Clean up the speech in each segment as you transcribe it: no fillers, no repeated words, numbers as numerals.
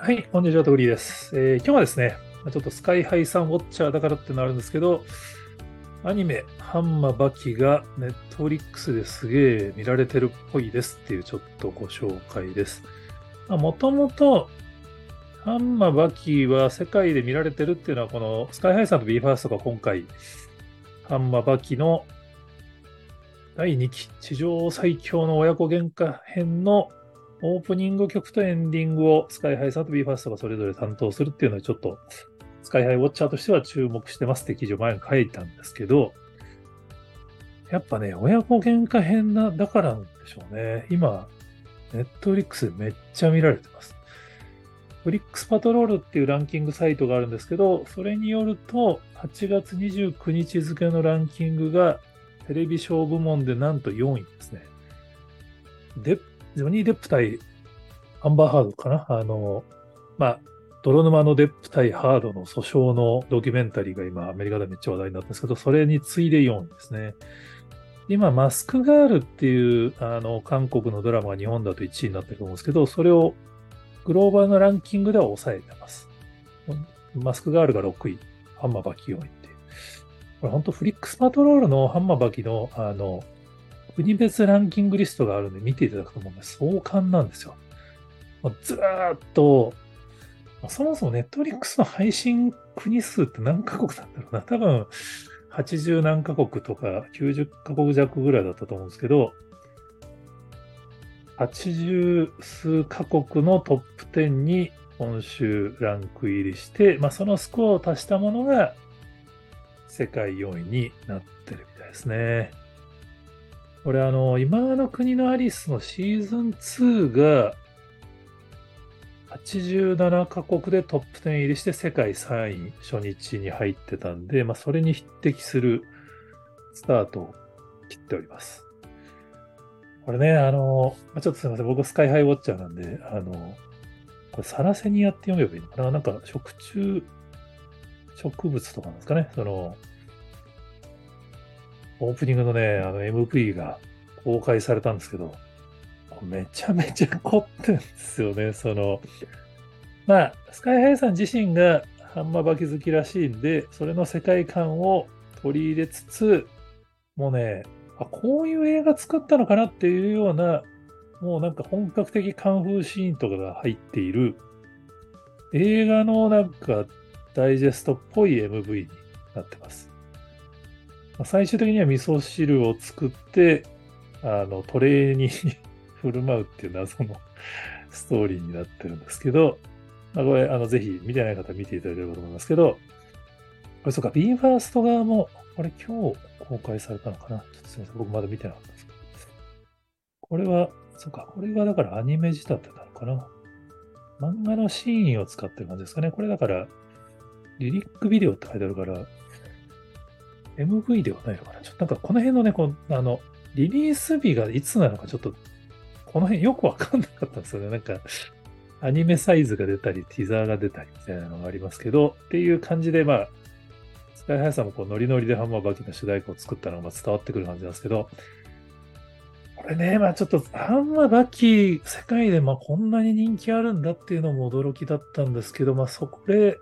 はい、こんにちは、トグリーです。今日はですね、ちょっとスカイハイさんウォッチャーだからってのあるんですけど、アニメ、ハンマーバキがネットフリックスですげえ見られてるっぽいですっていうちょっとご紹介です。もともと、ハンマーバキは世界で見られてるっていうのは、このスカイハイさんと BE:ＦIRST が今回、ハンマーバキの第2期、地上最強の親子喧嘩編のオープニング曲とエンディングをスカイハイさんと BE:FIRST がそれぞれ担当するっていうのはちょっとスカイハイウォッチャーとしては注目してますって記事を前に書いたんですけど、やっぱね、親子喧嘩編だからなんでしょうね。今、ネットフリックスでめっちゃ見られてます。フリックスパトロールっていうランキングサイトがあるんですけど、それによると、8月29日付のランキングがテレビショー部門でなんと4位ですね。で、ジョニー・デップ対アンバー・ハードかな。まあ、泥沼のデップ対ハードの訴訟のドキュメンタリーが今アメリカでめっちゃ話題になってるんですけど、それに次いで4位ですね。今、マスクガールっていう韓国のドラマが日本だと1位になってると思うんですけど、それをグローバルのランキングでは抑えてます。マスクガールが6位、ハンマーバキ4位っていう。これ本当フリックスパトロールのハンマーバキの国別ランキングリストがあるんで見ていただくと思うんです。壮観なんですよ。ずーっとそもそもネットフリックスの配信国数って何カ国なんだろうな。多分、80何カ国とか90カ国弱ぐらいだったと思うんですけど、80数カ国のトップ10に今週ランク入りして、そのスコアを足したものが世界4位になってるみたいですね。これ今の国のアリスのシーズン2が87カ国でトップ10入りして世界3位初日に入ってたんで、それに匹敵するスタートを切っております。これね、ちょっとすみません。僕スカイハイウォッチャーなんで、これサラセニアって読めばいいのかな。なんか食虫植物とかなんですかね。オープニングのね、MV が公開されたんですけど、めちゃめちゃ凝ってるんですよね。スカイハイさん自身がハンマーバキ好きらしいんで、それの世界観を取り入れつつ、もうね、こういう映画作ったのかなっていうような、もうなんか本格的カンフーシーンとかが入っている映画のなんかダイジェストっぽい MV になってます。最終的には味噌汁を作って、トレーに振る舞うっていう謎のストーリーになってるんですけど、これ、ぜひ見てない方は見ていただければと思いますけど、これそうか、BE:FIRST 側も、これ今日公開されたのかな。ちょっとすみません、僕まだ見てなかったです。これは、そうか、これがだからアニメ仕立てなのかな。漫画のシーンを使ってる感じですかね。これだから、リリックビデオって書いてあるから、MV ではないのかな。ちょっとなんかこの辺のね、リリース日がいつなのか、ちょっと、この辺よくわかんなかったんですよね。なんか、アニメサイズが出たり、ティザーが出たりみたいなのがありますけど、っていう感じで、スカイハイさんもこうノリノリでハンマーバキの主題歌を作ったのが伝わってくる感じなんですけど、これね、ちょっとハンマーバキ世界でこんなに人気あるんだっていうのも驚きだったんですけど、そこで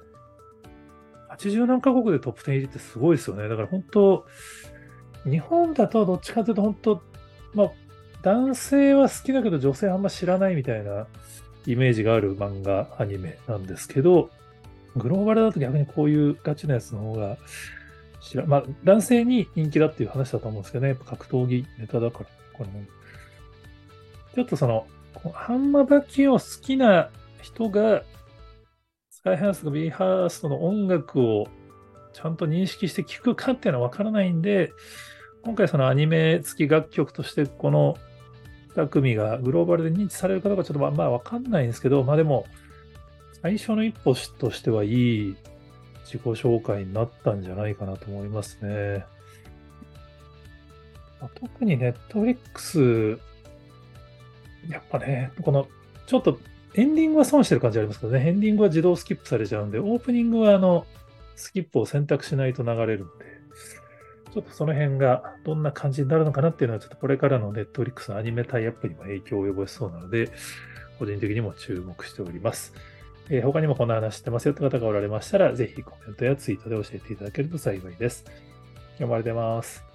80何カ国でトップ10入りってすごいですよね。だから本当、日本だとどっちかというと本当、男性は好きだけど女性あんま知らないみたいなイメージがある漫画、アニメなんですけど、グローバルだと逆にこういうガチなやつの方が男性に人気だっていう話だと思うんですけどね、やっぱ格闘技ネタだから、これね。ちょっとハンマーバキを好きな人が、スカイハウスとかビーハーストの音楽をちゃんと認識して聴くかっていうのはわからないんで、今回そのアニメ付き楽曲としてこの2組がグローバルで認知されるかどうかちょっとわかんないんですけど、でも最初の一歩としてはいい自己紹介になったんじゃないかなと思いますね。特にネットフリックス、やっぱね、ちょっとエンディングは損してる感じありますけどね、エンディングは自動スキップされちゃうんで、オープニングはスキップを選択しないと流れるんで、ちょっとその辺がどんな感じになるのかなっていうのは、ちょっとこれからのネットフリックスのアニメタイアップにも影響を及ぼしそうなので、個人的にも注目しております。 他にもこんな話してますよって方がおられましたら、ぜひコメントやツイートで教えていただけると幸いです。今日もありがとうございます。